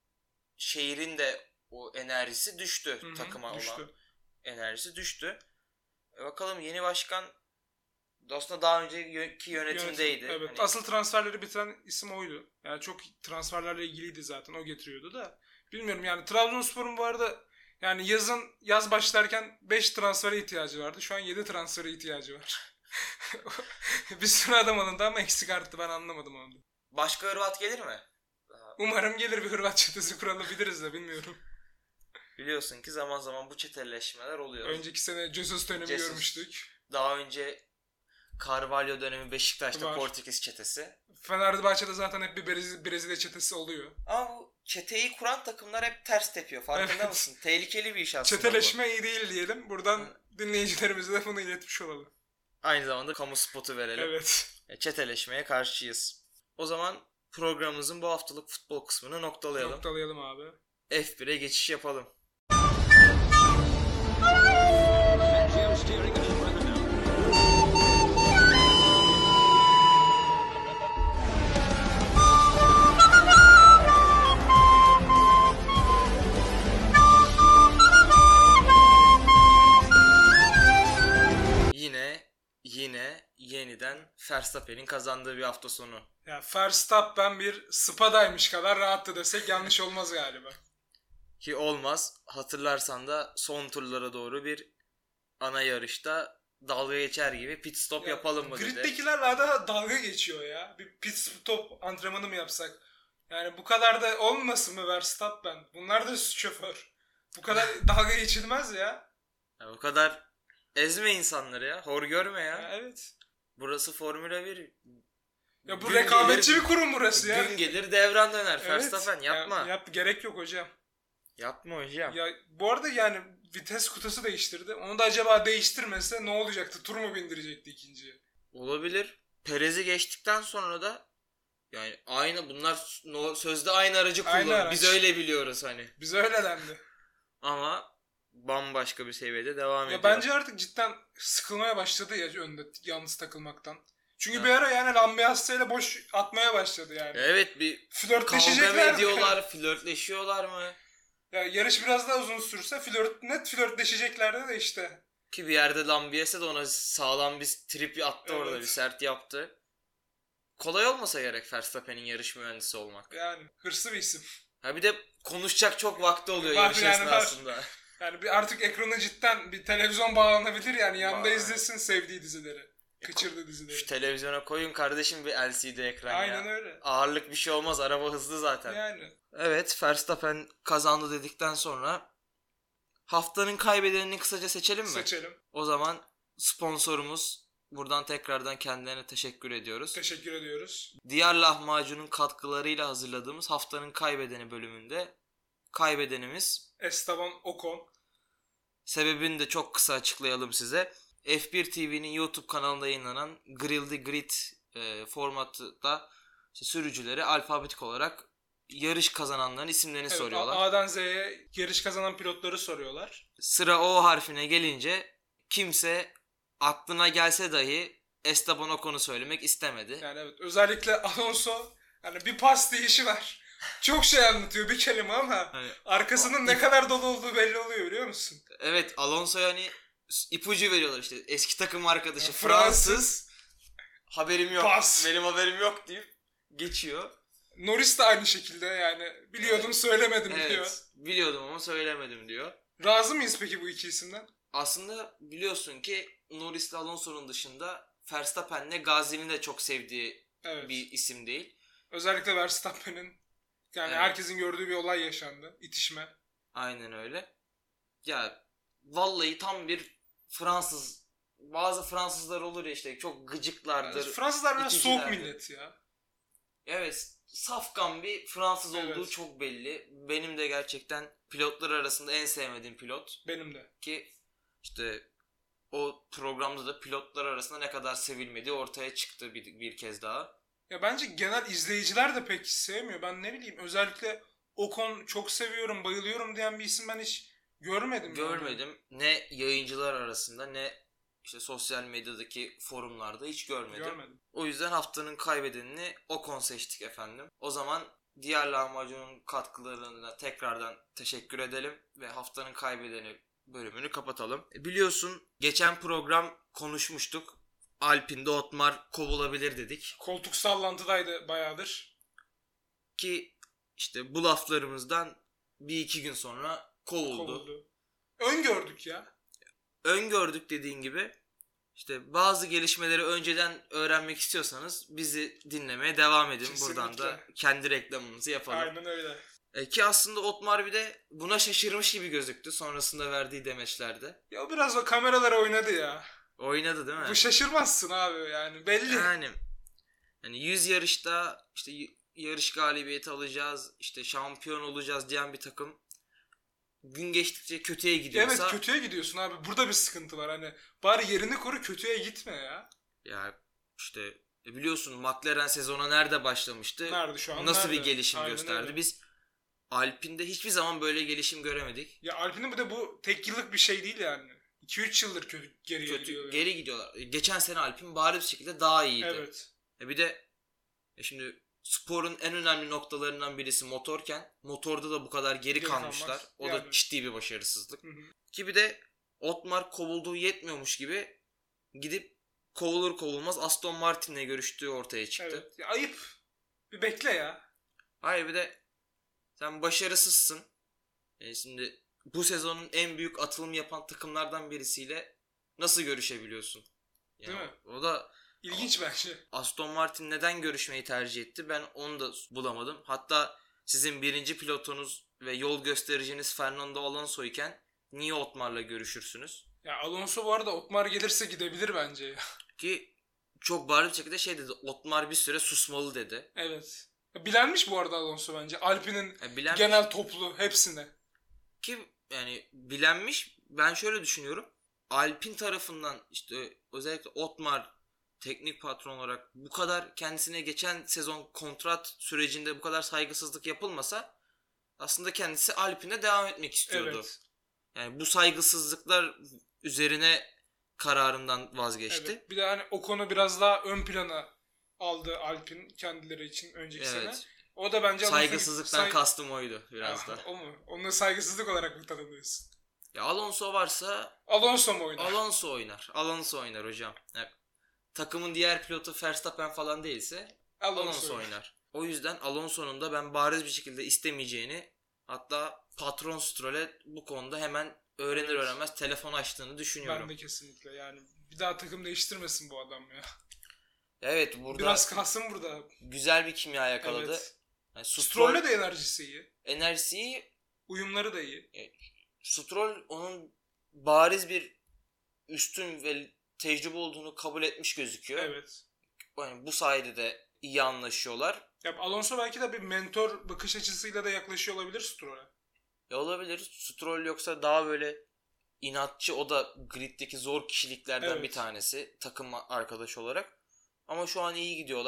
şehrin de o enerjisi düştü. Hı hı, Takıma düştü. olan enerjisi düştü. Bakalım yeni başkan aslında daha önceki yönetimdeydi. Evet. Hani Asıl transferleri bitiren isim oydu. Yani çok transferlerle ilgiliydi zaten. O getiriyordu da. Bilmiyorum yani Trabzonspor'un bu arada yani yaz başlarken 5 transfere ihtiyacı vardı. Şu an 7 transfere ihtiyacı var. Bir sürü adam alındı ama eksik arttı. Ben anlamadım onu. başka Hırvat gelir mi? Umarım gelir bir Hırvat çetesi kurabiliriz de bilmiyorum. Biliyorsun ki zaman zaman bu çeteleşmeler oluyor. Önceki sene Jesus dönemi Jesus. görmüştük. Daha önce Carvalho dönemi Beşiktaş'ta Var. Portekiz çetesi. Fenerbahçe'de zaten hep bir Brezilya çetesi oluyor. Ama bu çeteyi kuran takımlar hep ters tepiyor. Farkında Evet. mısın? Tehlikeli bir iş aslında Çeteleşme iyi değil diyelim. Buradan dinleyicilerimize de bunu iletmiş olalım. bu. Aynı zamanda kamu spotu verelim. Evet. Çeteleşmeye karşıyız. O zaman programımızın bu haftalık futbol kısmını noktalayalım. Noktalayalım abi. F1'e geçiş yapalım. Yine yeniden Verstappen'in kazandığı bir hafta sonu. Ya Verstappen bir Spada'ymış kadar rahattı desek yanlış olmaz galiba. Ki olmaz. Hatırlarsan da son turlara doğru bir ana yarışta dalga geçer gibi pit stop yapalım mı dedi. Grid'dekilerle da dalga geçiyor ya. Bir pit stop antrenmanı mı yapsak? Yani bu kadar da olmasın mı Verstappen? Bunlar da şoför. Bu kadar dalga geçilmez ya. O kadar ezme insanları ya. Hor görme ya. Ya evet. Burası Formula 1. Ya bu Gün rekabetçi gelir- bir kurum burası ya. Gün gelir devran döner. Evet. Verstappen yapma. Gerek yok hocam. Yapma hocam. Ya bu arada yani vites kutusu değiştirdi. Onu da acaba değiştirmese ne olacaktı? Tur mu bindirecekti ikinciye? Olabilir. Perez'i geçtikten sonra da yani bunlar sözde aynı aracı Aynı kullanıyor. araç. Biz öyle biliyoruz hani. Bize öyle dendi. Ama bambaşka bir seviyede devam ediyor. Ya bence artık cidden sıkılmaya başladı ya önde yalnız takılmaktan. Çünkü Ha. bir ara yani Lambiasse'yle boş atmaya başladı yani. Evet, bir kavga mı Flörtleşecekler mi? ediyorlar, flörtleşiyorlar mı? Ya yarış biraz daha uzun sürse net flörtleşeceklerdi de işte. Ki bir yerde Lambiase de ona sağlam bir trip attı orada, Evet. bir sert yaptı. Kolay olmasa gerek Verstappen'in yarış mühendisi olmak. Yani hırslı bir isim. Ha bir de konuşacak çok vakti oluyor Var yarış yani, var. esnasında. Yani bir artık ekrana cidden bir televizyon bağlanabilir yani yanında Var. izlesin sevdiği dizileri. Kaçırdığı dizileri. Şu televizyona koyun kardeşim bir LCD ekran Aynen ya. öyle. Ağırlık bir şey olmaz, araba hızlı zaten. Yani. Evet, Verstappen kazandı dedikten sonra haftanın kaybedenini kısaca seçelim mi? Seçelim. O zaman sponsorumuz, buradan tekrardan kendilerine teşekkür ediyoruz. Teşekkür ediyoruz. Diğer lahmacunun katkılarıyla hazırladığımız haftanın kaybedeni bölümünde kaybedenimiz, Esteban Ocon. sebebini de çok kısa açıklayalım size. F1 TV'nin YouTube kanalında yayınlanan Grill the Grid formatında işte sürücüleri alfabetik olarak yarış kazananların isimlerini Evet, soruyorlar. A'dan Z'ye yarış kazanan pilotları soruyorlar. Sıra O harfine gelince kimse aklına gelse dahi Esteban Ocon'u söylemek istemedi. Yani evet, özellikle Alonso yani bir pas deyişi var. Çok şey anlatıyor bir kelime ama Hani arkasının ne kadar dolu olduğu belli oluyor, biliyor musun? evet, Alonso'ya hani ipucu veriyorlar işte, eski takım arkadaşı Ya, Fransız, haberim yok, Pas. benim haberim yok deyip geçiyor. Norris de aynı şekilde, yani biliyordum söylemedim diyor. Evet, biliyordum ama söylemedim diyor. Razı mıyız peki bu iki isimden? Aslında biliyorsun ki Norris'le Alonso'nun dışında Verstappen'le Gazi'nin de çok sevdiği Evet. bir isim değil. Özellikle Verstappen'in yani Evet. herkesin gördüğü bir olay yaşandı. İtişme. Aynen öyle. Ya vallahi tam bir Fransız, bazı Fransızlar olur ya işte, çok gıcıklardır. Yani Fransızlar biraz soğuk iticilerdir. millet ya. Evet, safkan bir Fransız olduğu Evet. çok belli. Benim de gerçekten pilotlar arasında en sevmediğim pilot. Benim de. Ki işte o programda da pilotlar arasında ne kadar sevilmediği ortaya çıktı bir kez daha. Ya bence genel izleyiciler de pek sevmiyor. Ben ne bileyim, özellikle Ocon çok seviyorum, bayılıyorum diyen bir isim ben hiç görmedim. Görmedim. Ne yayıncılar arasında ne işte sosyal medyadaki forumlarda hiç görmedim. Görmedim. O yüzden haftanın kaybedenini Ocon seçtik efendim. O zaman diğer lahmacunun katkılarına tekrardan teşekkür edelim ve haftanın kaybedeni bölümünü kapatalım. Biliyorsun geçen program konuşmuştuk. Alpine'de Otmar kovulabilir dedik. Koltuk sallantıdaydı bayağıdır. Ki işte bu laflarımızdan bir iki gün sonra kovuldu. Öngördük ya. Öngördük dediğin gibi. İşte bazı gelişmeleri önceden öğrenmek istiyorsanız bizi dinlemeye devam edin. Kesinlikle. Buradan da kendi reklamımızı yapalım. Aynen öyle. Ki aslında Otmar bir de buna şaşırmış gibi gözüktü sonrasında verdiği demeçlerde. Ya o biraz o kameralara oynadı ya. Oynadı değil mi? Bu şaşırmazsın abi, yani belli. Yani 100 yarışta işte yarış galibiyeti alacağız, işte şampiyon olacağız diyen bir takım gün geçtikçe kötüye gidiyorsa... Evet, kötüye gidiyorsun abi. Burada bir sıkıntı var. Hani bari yerini koru, kötüye gitme ya. Ya işte biliyorsun McLaren sezona nerede başlamıştı? Nerede şu an? Nasıl nerede? bir gelişim Aynen gösterdi? öyle. Biz Alpine'de hiçbir zaman böyle gelişim göremedik. Ya Alpine'in bir de bu tek yıllık bir şey değil yani. 2-3 yıldır geriye gidiyor. Yani. Geri gidiyorlar. Geçen sene Alpine bariz bir şekilde daha iyiydi. Evet. Bir de şimdi sporun en önemli noktalarından birisi motorken motorda da bu kadar geri kalmışlar. kalmak. O da Yani. ciddi bir başarısızlık. Hı hı. Ki bir de Otmar kovulduğu yetmiyormuş gibi gidip kovulur kovulmaz Aston Martin'le görüştüğü ortaya çıktı. Evet. Ya ayıp. Bir bekle ya. Hayır, bir de sen başarısızsın. Şimdi bu sezonun en büyük atılım yapan takımlardan birisiyle nasıl görüşebiliyorsun? Değil mi? O da İlginç bence. Aston Martin neden görüşmeyi tercih etti? Ben onu da bulamadım. Hatta sizin birinci pilotunuz ve yol göstericiniz Fernando Alonso iken niye Otmar'la görüşürsünüz? Ya Alonso bu arada Otmar gelirse gidebilir bence ya. Ki çok bariz bir şekilde şey dedi. Otmar bir süre susmalı dedi. Evet. Bilenmiş bu arada Alonso bence. Alpine'in Bilenmiş. genel toplu hepsine. Ki yani bilenmiş. Ben şöyle düşünüyorum. Alpine tarafından işte özellikle Otmar teknik patron olarak bu kadar kendisine geçen sezon kontrat sürecinde bu kadar saygısızlık yapılmasa aslında kendisi Alpine'e devam etmek istiyordu. Evet. Yani bu saygısızlıklar üzerine kararından vazgeçti. Evet. Bir de hani o konu biraz daha ön plana aldı Alpine kendileri için önceki sene. O da bence saygısızlıktan kastım oydu biraz da. O mu? Onu saygısızlık olarak mı tanımlıyorsun? Ya Alonso varsa Alonso mu oynar? Alonso oynar. Alonso oynar hocam. Yani takımın diğer pilotu Verstappen falan değilse Alonso oynar. O yüzden Alonso'nun da ben bariz bir şekilde istemeyeceğini, hatta patron Stroll'e bu konuda hemen öğrenir öğrenmez telefon açtığını düşünüyorum. Ben de kesinlikle, yani bir daha takım değiştirmesin bu adam ya. Evet, burada biraz kalsın burada. Güzel bir kimya yakaladı. Evet. Yani Stroll'le de enerjisi iyi. Enerjisi iyi. Uyumları da iyi. Stroll onun bariz bir üstün ve tecrübe olduğunu kabul etmiş gözüküyor. Evet. Yani bu sayede de iyi anlaşıyorlar. Ya Alonso belki de bir mentor bakış açısıyla da yaklaşıyor olabilir Stroll'e. Olabilir. Stroll yoksa daha böyle inatçı, o da griddeki zor kişiliklerden bir tanesi takım arkadaşı olarak. Ama şu an iyi gidiyorlar.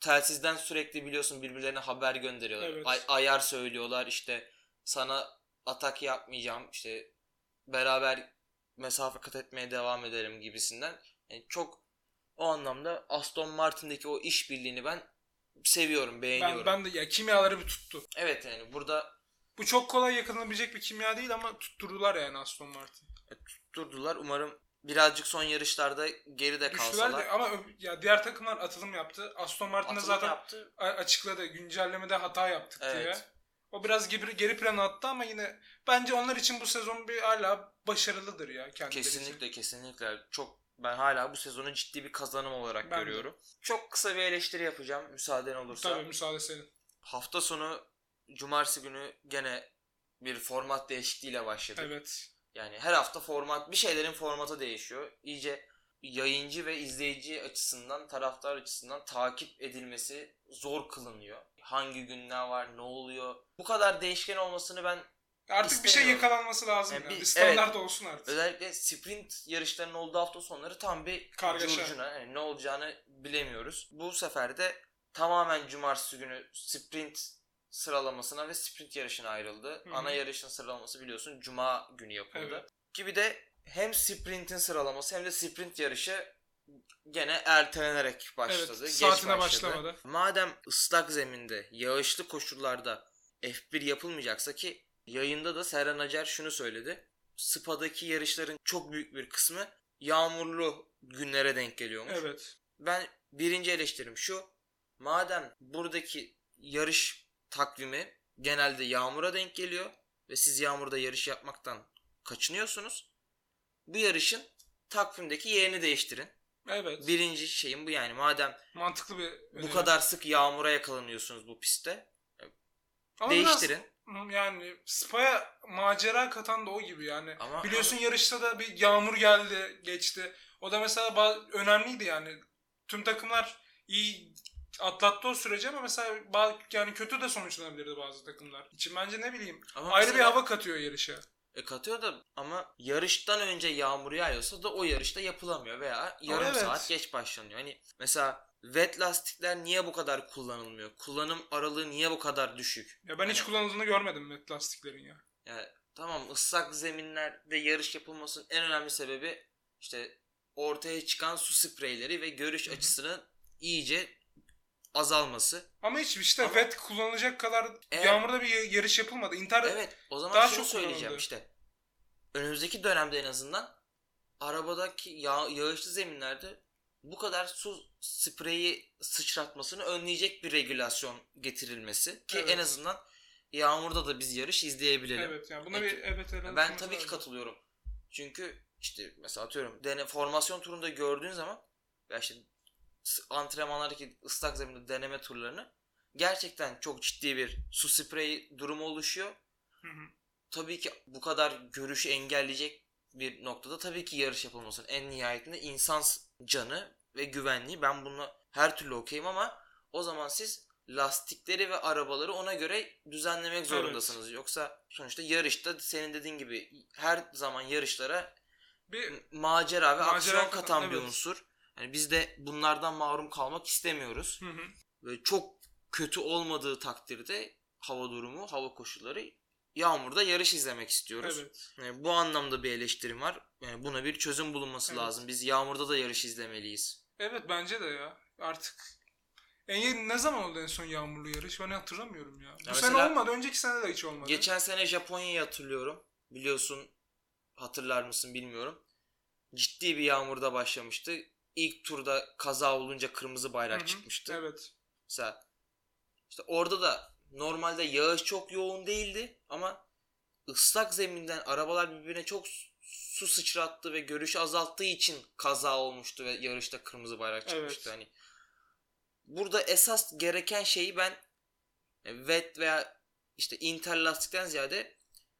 telsizden sürekli biliyorsun birbirlerine haber gönderiyorlar. Evet. Ayar söylüyorlar, işte sana atak yapmayacağım, işte beraber mesafe kat etmeye devam edelim gibisinden. Yani çok o anlamda Aston Martin'deki o işbirliğini ben seviyorum, beğeniyorum. Ben de ya kimyaları bir tuttu. Evet, yani burada Bu çok kolay yakalanabilecek bir kimya değil ama tutturdular yani Aston Martin. tutturdular. Umarım birazcık son yarışlarda geride Düştüler kalsalar. de ama ya diğer takımlar atılım yaptı. Aston Martin de Atılım zaten yaptı. açıkladı. Güncellemede hata yaptık diye. Evet. O biraz geri plana attı ama yine bence onlar için bu sezon bir hala başarılıdır ya kendileri için. Kesinlikle. Ben hala bu sezonu ciddi bir kazanım olarak Ben de. görüyorum. Çok kısa bir eleştiri yapacağım müsaaden olursa. Tabii müsaade senin. Hafta sonu cumartesi günü gene bir format değişikliğiyle başladık. Evet. Yani her hafta bir şeylerin formatı değişiyor. İyice yayıncı ve izleyici açısından, taraftar açısından takip edilmesi zor kılınıyor. Hangi gün ne var, ne oluyor? Bu kadar değişken olmasını ben Artık bir şey İstemiyorum. yakalanması lazım. Yani Yani. bir- Bir standart evet. olsun artık. Özellikle sprint yarışlarının olduğu hafta sonları tam bir Kargaşa. curcuna, yani ne olacağını bilemiyoruz. Bu sefer de tamamen cumartesi günü sprint sıralamasına ve sprint yarışına ayrıldı. Hı-hı. Ana yarışın sıralaması biliyorsun cuma günü yapıldı. Evet. Gibi de hem sprintin sıralaması hem de sprint yarışı gene ertelenerek başladı. Evet, Geç saatine başladı. başlamadı. Madem ıslak zeminde, yağışlı koşullarda F1 yapılmayacaksa, ki yayında da Serhan Acar şunu söyledi. Spa'daki yarışların çok büyük bir kısmı yağmurlu günlere denk geliyormuş. Evet. Ben birinci eleştirim şu. Madem buradaki yarış takvimi genelde yağmura denk geliyor ve siz yağmurda yarış yapmaktan kaçınıyorsunuz, bu yarışın takvimdeki yerini değiştirin. Evet. Birinci şeyim bu yani. Madem Mantıklı bir bu öneri. kadar sık yağmura yakalanıyorsunuz bu pistte, Ama değiştirin. biraz, yani Spa'ya macera katan da o gibi yani. Ama Biliyorsun yarışta da bir yağmur geldi, geçti. O da mesela önemliydi yani. Tüm takımlar iyi atlattı o süreci ama mesela yani kötü de sonuçlanabilirdi bazı takımlar için. Bence ne bileyim Ama ayrı bir mesela- hava katıyor yarışa. Katıyor da, ama yarıştan önce yağmur yağıyorsa da o yarışta yapılamıyor veya yarım evet. saat geç başlanıyor. Hani mesela wet lastikler niye bu kadar kullanılmıyor? Kullanım aralığı niye bu kadar düşük? Ya ben hiç Hani- kullanıldığını görmedim wet lastiklerin ya. Yani tamam, ıslak zeminlerde yarış yapılmasının en önemli sebebi işte ortaya çıkan su spreyleri ve görüş Hı-hı. açısının iyice azalması. Ama hiç işte Ama- wet kullanılacak kadar Evet. yağmurda bir yarış yapılmadı. Evet, o zaman daha şunu çok söyleyeceğim kullanıldı. işte. Önümüzdeki dönemde en azından arabadaki yağışlı zeminlerde bu kadar su spreyi sıçratmasını önleyecek bir regülasyon getirilmesi ki Evet. en azından yağmurda da biz yarış izleyebilelim. Evet yani buna Peki. bir evet Ben tabii ki katılıyorum. Çünkü işte mesela atıyorum formasyon turunda gördüğün zaman ya işte antrenmanlardaki ıslak zeminde deneme turlarını, gerçekten çok ciddi bir su spreyi durumu oluşuyor. Hı hı. Tabii ki bu kadar görüşü engelleyecek bir noktada tabii ki yarış yapılmasın. En nihayetinde insan canı ve güvenliği, ben bunu her türlü okeyim ama o zaman siz lastikleri ve arabaları ona göre düzenlemek zorundasınız. Evet. Yoksa sonuçta yarışta senin dediğin gibi her zaman yarışlara bir macera ve aksiyon katan bir unsur. Yani biz de bunlardan mahrum kalmak istemiyoruz. Hı hı. Ve çok kötü olmadığı takdirde hava durumu, hava koşulları, yağmurda yarış izlemek istiyoruz. Evet. Yani bu anlamda bir eleştirim var. Yani buna bir çözüm bulunması lazım. Biz yağmurda da yarış izlemeliyiz. Evet, bence de ya. Artık ne zaman oldu en son yağmurlu yarış? Ben hatırlamıyorum ya. Bu sene olmadı. Önceki sene de hiç olmadı. Geçen sene Japonya'yı hatırlıyorum. Biliyorsun, hatırlar mısın bilmiyorum. Ciddi bir yağmurda başlamıştı. İlk turda kaza olunca kırmızı bayrak çıkmıştı. Evet. Mesela işte orada da normalde yağış çok yoğun değildi ama ıslak zeminden arabalar birbirine çok su sıçrattı ve görüşü azalttığı için kaza olmuştu ve yarışta kırmızı bayrak çıkmıştı. Evet. Hani burada esas gereken şeyi ben wet veya işte interlastikten ziyade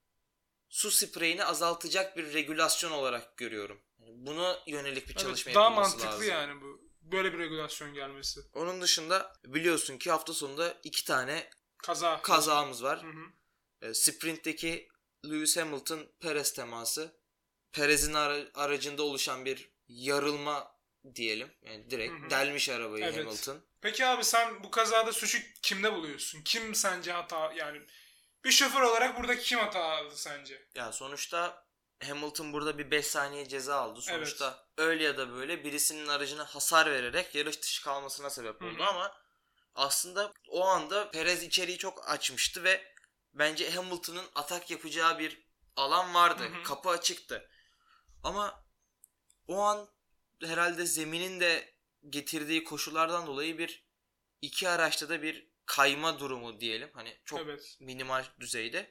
su spreyini azaltacak bir regülasyon olarak görüyorum. Yani buna yönelik bir çalışma yapılması lazım. Daha mantıklı yani bu. Böyle bir regülasyon gelmesi. Onun dışında biliyorsun ki hafta sonunda 2 tane kazamız var. Hı hı. Sprint'teki Lewis Hamilton Perez teması. Perez'in aracında oluşan bir yarılma diyelim. Yani direkt delmiş arabayı Evet. Hamilton. Peki abi sen bu kazada suçu kimde buluyorsun? Kim sence hata yani bir şoför olarak buradaki kim hata aldı sence? Ya sonuçta Hamilton burada bir 5 saniye ceza aldı. Sonuçta öyle ya da böyle birisinin aracına hasar vererek yarış dışı kalmasına sebep oldu ama aslında o anda Perez içeriği çok açmıştı ve bence Hamilton'ın atak yapacağı bir alan vardı. Kapı açıktı. Ama o an herhalde zeminin de getirdiği koşullardan dolayı iki araçta da bir kayma durumu diyelim. Hani çok minimal düzeyde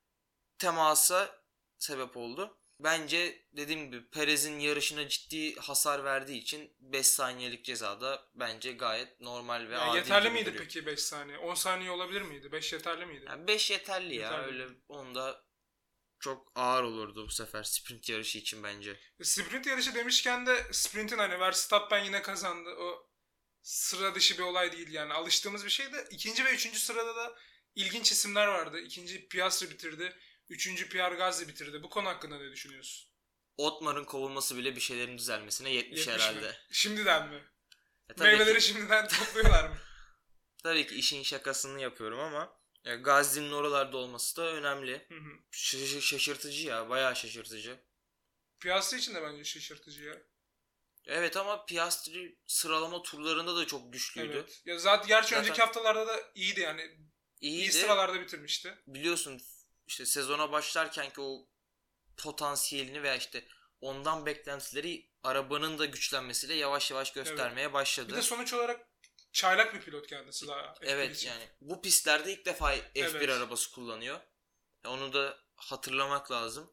temasa sebep oldu. Bence dediğim gibi Perez'in yarışına ciddi hasar verdiği için 5 saniyelik cezada bence gayet normal ve adil yeterli gibi miydi duruyor. peki 5 saniye? 10 saniye olabilir miydi? 5 yeterli miydi? Yani 5 yeterli ya. Öyle onda çok ağır olurdu bu sefer sprint yarışı için bence. Sprint yarışı demişken de sprintin hani Verstappen yine kazandı. O sıra dışı bir olay değil yani. Alıştığımız bir şey de. İkinci ve üçüncü sırada da ilginç isimler vardı. İkinci Piastri bitirdi. Üçüncü Pierre Gasly bitirdi. Bu konu hakkında ne düşünüyorsun? Otmar'ın kovulması bile bir şeylerin düzelmesine yetmiş herhalde. Mi? Şimdiden mi? Meyveleri şimdiden topluyorlar mı? Tabii ki işin şakasını yapıyorum ama Gasly'nin oralarda olması da önemli. Şaşırtıcı ya. Bayağı şaşırtıcı. Piastri için de bence şaşırtıcı ya. Evet ama Piastri sıralama turlarında da çok güçlüydü. Evet. Ya zaten önceki haftalarda da iyiydi yani. İyi sıralarda bitirmişti. Biliyorsun işte sezona başlarken ki o potansiyelini veya işte ondan beklentileri arabanın da güçlenmesiyle yavaş yavaş göstermeye başladı. Bir de sonuç olarak çaylak bir pilot kendisi daha. Evet için. Yani bu pistlerde ilk defa F1 arabası kullanıyor. Onu da hatırlamak lazım.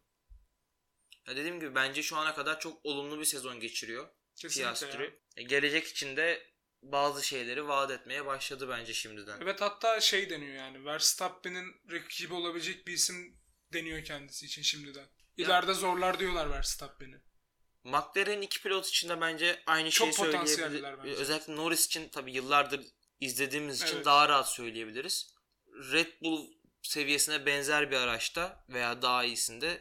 Ya dediğim gibi bence şu ana kadar çok olumlu bir sezon geçiriyor Piastri. Gelecek için de bazı şeyleri vaat etmeye başladı bence şimdiden. Evet hatta şey deniyor yani Verstappen'in rakibi olabilecek bir isim deniyor kendisi için şimdiden. İleride zorlar diyorlar Verstappen'i. McLaren iki pilot için de bence aynı şeyi söyleyebiliriz. Özellikle Norris için tabii yıllardır izlediğimiz için daha rahat söyleyebiliriz. Red Bull seviyesine benzer bir araçta veya daha iyisinde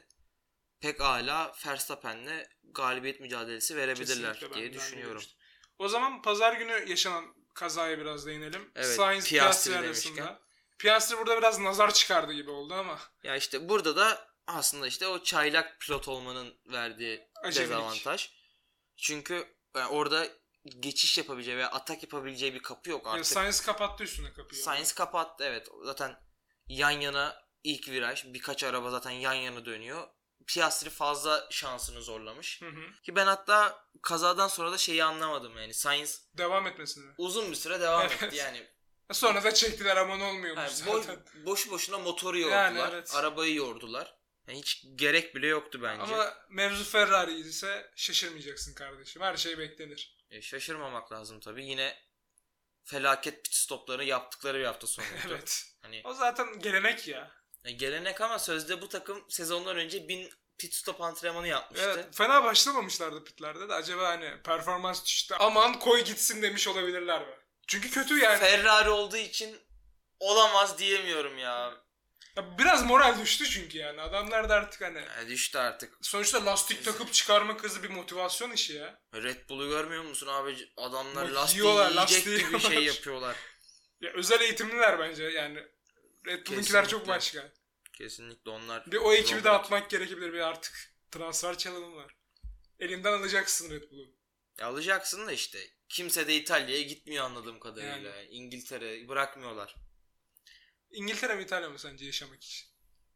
pekala Verstappen'le galibiyet mücadelesi verebilirler diye düşünüyorum. O zaman pazar günü yaşanan kazaya biraz değinelim. Evet, Sainz Piastri arasında. Piastri burada biraz nazar çıkardı gibi oldu ama. Ya işte burada da aslında işte o çaylak pilot olmanın verdiği dezavantaj. Çünkü orada geçiş yapabileceği veya atak yapabileceği bir kapı yok artık. Sainz kapattı üstüne kapıyı. Sainz kapattı evet. Zaten yan yana ilk viraj birkaç araba zaten yan yana dönüyor. Piastri fazla şansını zorlamış. Ki ben hatta kazadan sonra da şeyi anlamadım yani Sainz devam etmesini. Uzun bir süre devam etti yani. Sonra da çektiler ama ne olmuyormuş zaten. Boş boşuna motoru yordular. Arabayı yordular. Yani hiç gerek bile yoktu bence. Ama mevzu Ferrari ise şaşırmayacaksın kardeşim. Her şey beklenir. Şaşırmamak lazım tabii. Yine felaket pit stopları yaptıkları bir hafta sonu oldu. Evet. O zaten gelenek ya. Gelenek ama sözde bu takım sezondan önce 1000 pit stop antrenmanı yapmıştı. Evet, fena başlamamışlardı pitlerde de. Acaba hani performans düştü. Aman koy gitsin demiş olabilirler mi? Çünkü kötü yani. Ferrari olduğu için olamaz diyemiyorum ya. Biraz moral düştü çünkü yani. Adamlar da artık hani. Düştü artık. Sonuçta lastik takıp çıkarma hızı bir motivasyon işi ya. Red Bull'u görmüyor musun abi? Adamlar lastiği yiyecek gibi şey yapıyorlar. Ya, özel eğitimliler bence yani. Red Bull'unkiler çok başka. Kesinlikle onlar. Bir o ekibi de atmak gerekebilir bir artık. Transfer çalımı var. Elinden alacaksın Red Bull'u. Alacaksın da işte. Kimse de İtalya'ya gitmiyor anladığım kadarıyla. Yani. İngiltere bırakmıyorlar. İngiltere mi İtalya mı sence yaşamak için?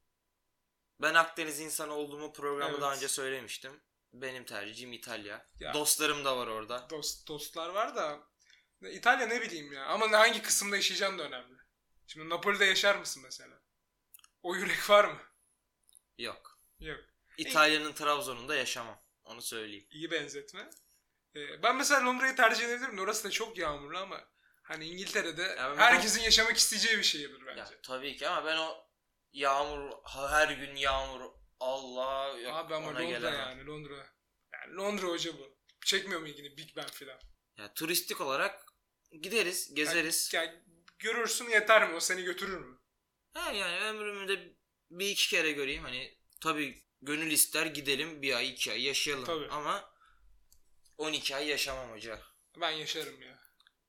Ben Akdeniz insanı olduğumu programda daha önce söylemiştim. Benim tercihim İtalya. Ya, dostlarım da var orada. Dostlar var da İtalya ne bileyim ya. Ama hangi kısımda yaşayacağın da önemli. Şimdi Napoli'de yaşar mısın mesela? O yürek var mı? Yok. Yok. İtalya'nın Trabzon'unda yaşamam. Onu söyleyeyim. İyi benzetme. Ben mesela Londra'yı tercih edebilirim. Orası da çok yağmurlu ama hani İngiltere'de herkesin yaşamak isteyeceği bir şehirdir bence. Ya, tabii ki ama ben o yağmur, her gün yağmur, Allah yok. Abi ama Londra gelemem. Yani Londra. Yani Londra hoca bu. Çekmiyor mu ilgini Big Ben filan? Ya turistik olarak gideriz, gezeriz. Yani görürsün yeter mi? O seni götürür mü? Yani ömrümde bir iki kere göreyim. Hani tabii gönül ister gidelim bir ay iki ay yaşayalım. Tabii. Ama 12 ay yaşamam hoca. Ben yaşarım ya.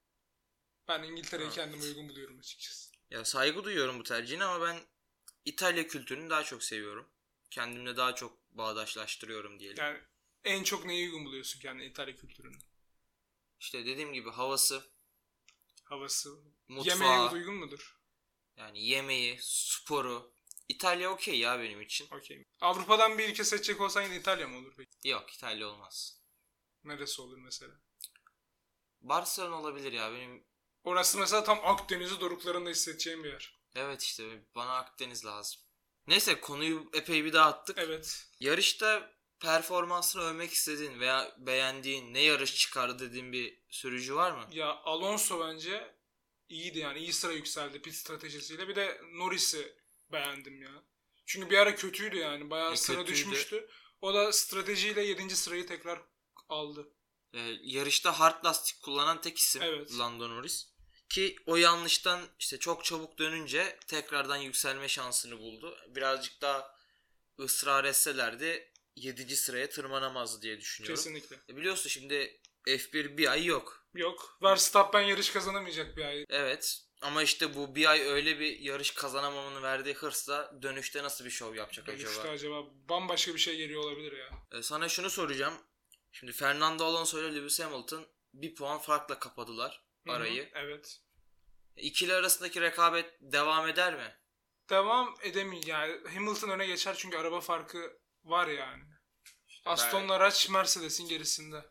Ben İngiltere'yi Evet. kendime uygun buluyorum açıkçası. Ya saygı duyuyorum bu tercihine ama ben İtalya kültürünü daha çok seviyorum. Kendimle daha çok bağdaşlaştırıyorum diyelim. Yani en çok neye uygun buluyorsun kendine İtalya kültürünü? İşte dediğim gibi havası, Havası. Yemeğe mutfağı, uygun mudur? yani yemeği, sporu. İtalya okey ya benim için. Okey. Avrupa'dan bir ülke seçecek olsan yine İtalya mı olur peki? Yok, İtalya olmaz. Neresi olur mesela? Barcelona olabilir ya benim. Orası mesela tam Akdeniz'i doruklarında hissedeceğim bir yer. Evet işte bana Akdeniz lazım. Neyse konuyu epey bir dağıttık. Evet. Yarışta performansını övmek istediğin veya beğendiğin, ne yarış çıkardı dediğin bir sürücü var mı? Ya Alonso bence iyiydi yani. İyi sıra yükseldi pit stratejisiyle. Bir de Norris'i beğendim ya. Çünkü bir ara kötüydü yani. Bayağı sıra Kötüydü. düşmüştü. O da stratejiyle 7. sırayı tekrar aldı. Yarışta hard lastik kullanan tek isim Evet. Lando Norris. Ki o yanlıştan işte çok çabuk dönünce tekrardan yükselme şansını buldu. Birazcık daha ısrar etselerdi 7. sıraya tırmanamazdı diye düşünüyorum. Kesinlikle. Biliyorsun şimdi F1 bir ay yok. Yok. Verstappen yarış kazanamayacak bir ay. Evet ama işte bu bir ay öyle bir yarış kazanamamanın verdiği hırsla dönüşte nasıl bir şov yapacak Dönüşte acaba? acaba bambaşka bir şey geliyor olabilir ya. Sana şunu soracağım. Şimdi Fernando Alonso ile Lewis Hamilton bir puan farkla kapadılar arayı. Hı-hı, evet. İkili arasındaki rekabet devam eder mi? Devam edemiyor yani. Hamilton öne geçer çünkü araba farkı var yani. Aston'la araç Mercedes'in gerisinde.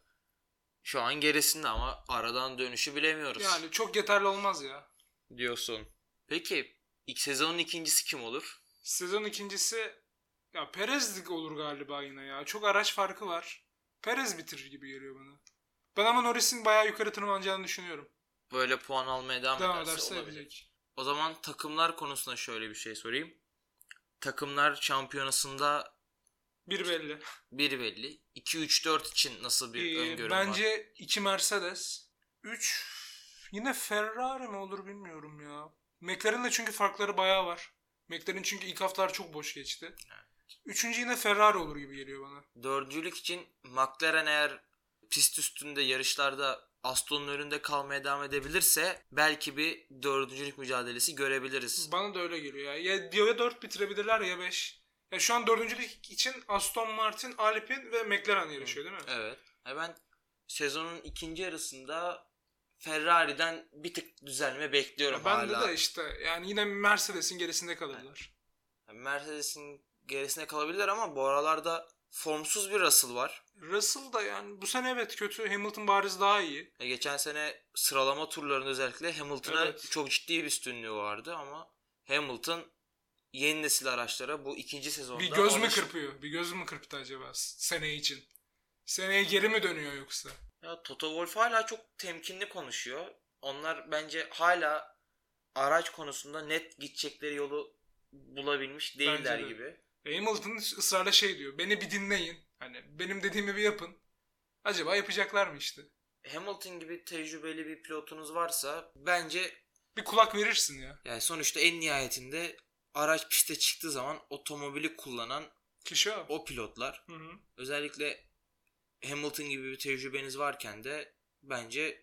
Şu an gerisinde ama aradan dönüşü bilemiyoruz. Yani çok yeterli olmaz ya. Diyorsun. Peki ilk sezonun ikincisi kim olur? Sezon ikincisi ya Perez olur galiba yine ya. Çok araç farkı var. Perez bitirir gibi geliyor bana. Ben ama Norris'in bayağı yukarı tırmanacağını düşünüyorum. Böyle puan almaya devam ederse ederse olabilir. edecek. O zaman takımlar konusunda şöyle bir şey sorayım. Takımlar şampiyonasında Bir belli. bir belli. 2-3-4 için nasıl bir öngörüm var? Bence 2 Mercedes. 3 yine Ferrari mi olur bilmiyorum ya. McLaren'de çünkü farkları bayağı var. McLaren çünkü ilk haftalar çok boş geçti. Üçüncü yine Ferrari olur gibi geliyor bana. Dördüncülük için McLaren eğer pist üstünde yarışlarda Aston'un önünde kalmaya devam edebilirse belki bir dördüncülük mücadelesi görebiliriz. Bana da öyle geliyor ya. Ya 4 bitirebilirler ya 5. Ya şu an dördüncülük için Aston Martin, Alpine ve McLaren yarışıyor değil mi? Evet. Ben sezonun ikinci yarısında Ferrari'den bir tık düzelme bekliyorum Ben de hala. işte yani yine Mercedes'in gerisinde kalırlar. Mercedes'in gerisine kalabilirler ama bu aralarda formsuz bir Russell var. Russell da yani bu sene evet kötü. Hamilton bariz daha iyi. Geçen sene sıralama turlarında özellikle Hamilton'a Evet. çok ciddi bir üstünlüğü vardı ama Hamilton yeni nesil araçlara bu ikinci sezonda Bir göz mü kırpıyor? Bir göz mü kırptı acaba sene için? Seneye geri mi dönüyor yoksa? Ya Toto Wolff hala çok temkinli konuşuyor. Onlar bence hala araç konusunda net gidecekleri yolu bulabilmiş değiller Bence de. gibi. Hamilton ısrarla şey diyor. Beni bir dinleyin. Hani benim dediğimi bir yapın. Acaba yapacaklar mı işte? Hamilton gibi tecrübeli bir pilotunuz varsa bence Bir kulak verirsin ya. yani sonuçta en nihayetinde araç piste çıktığı zaman otomobili kullanan Kişi o. o pilotlar. Hı hı. Özellikle Hamilton gibi bir tecrübeniz varken de bence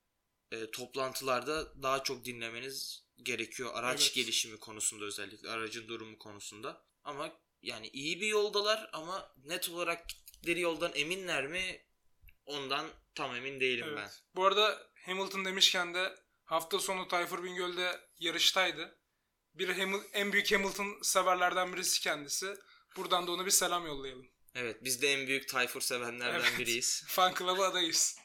toplantılarda daha çok dinlemeniz gerekiyor. Araç Evet. gelişimi konusunda özellikle aracın durumu konusunda. Ama yani iyi bir yoldalar ama net olarak gittikleri yoldan eminler mi? Ondan tam emin değilim Evet. ben. Bu arada Hamilton demişken de hafta sonu Tayfur Bingöl'de yarıştaydı. En büyük Hamilton severlerden birisi kendisi. Buradan da ona bir selam yollayalım. Evet, biz de en büyük Tayfur sevenlerden Evet. biriyiz. Fan club'a adayız.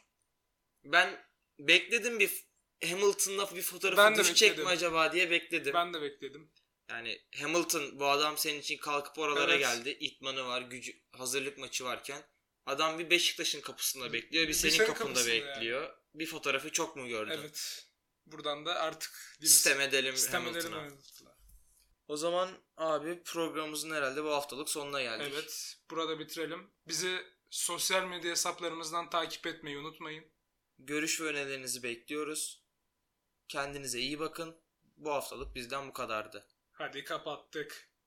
Ben bekledim bir Hamilton'la bir fotoğrafı Ben de düşecek bekledim. mi acaba diye bekledim. Ben de bekledim. Yani Hamilton bu adam senin için kalkıp oralara Evet. geldi. İtmanı var, hazırlık maçı varken. Adam bir Beşiktaş'ın kapısında bekliyor, bir Bir senin senin kapında kapısında bekliyor. Bir fotoğrafı çok mu gördün? Evet. Buradan da artık Sistem edelim sistem edelim Hamilton'a. Hamilton'a. O zaman abi programımızın herhalde bu haftalık sonuna geldik. Evet. Burada bitirelim. Bizi sosyal medya hesaplarımızdan takip etmeyi unutmayın. Görüş ve önerilerinizi bekliyoruz. Kendinize iyi bakın. Bu haftalık bizden bu kadardı. Hadi kapattık.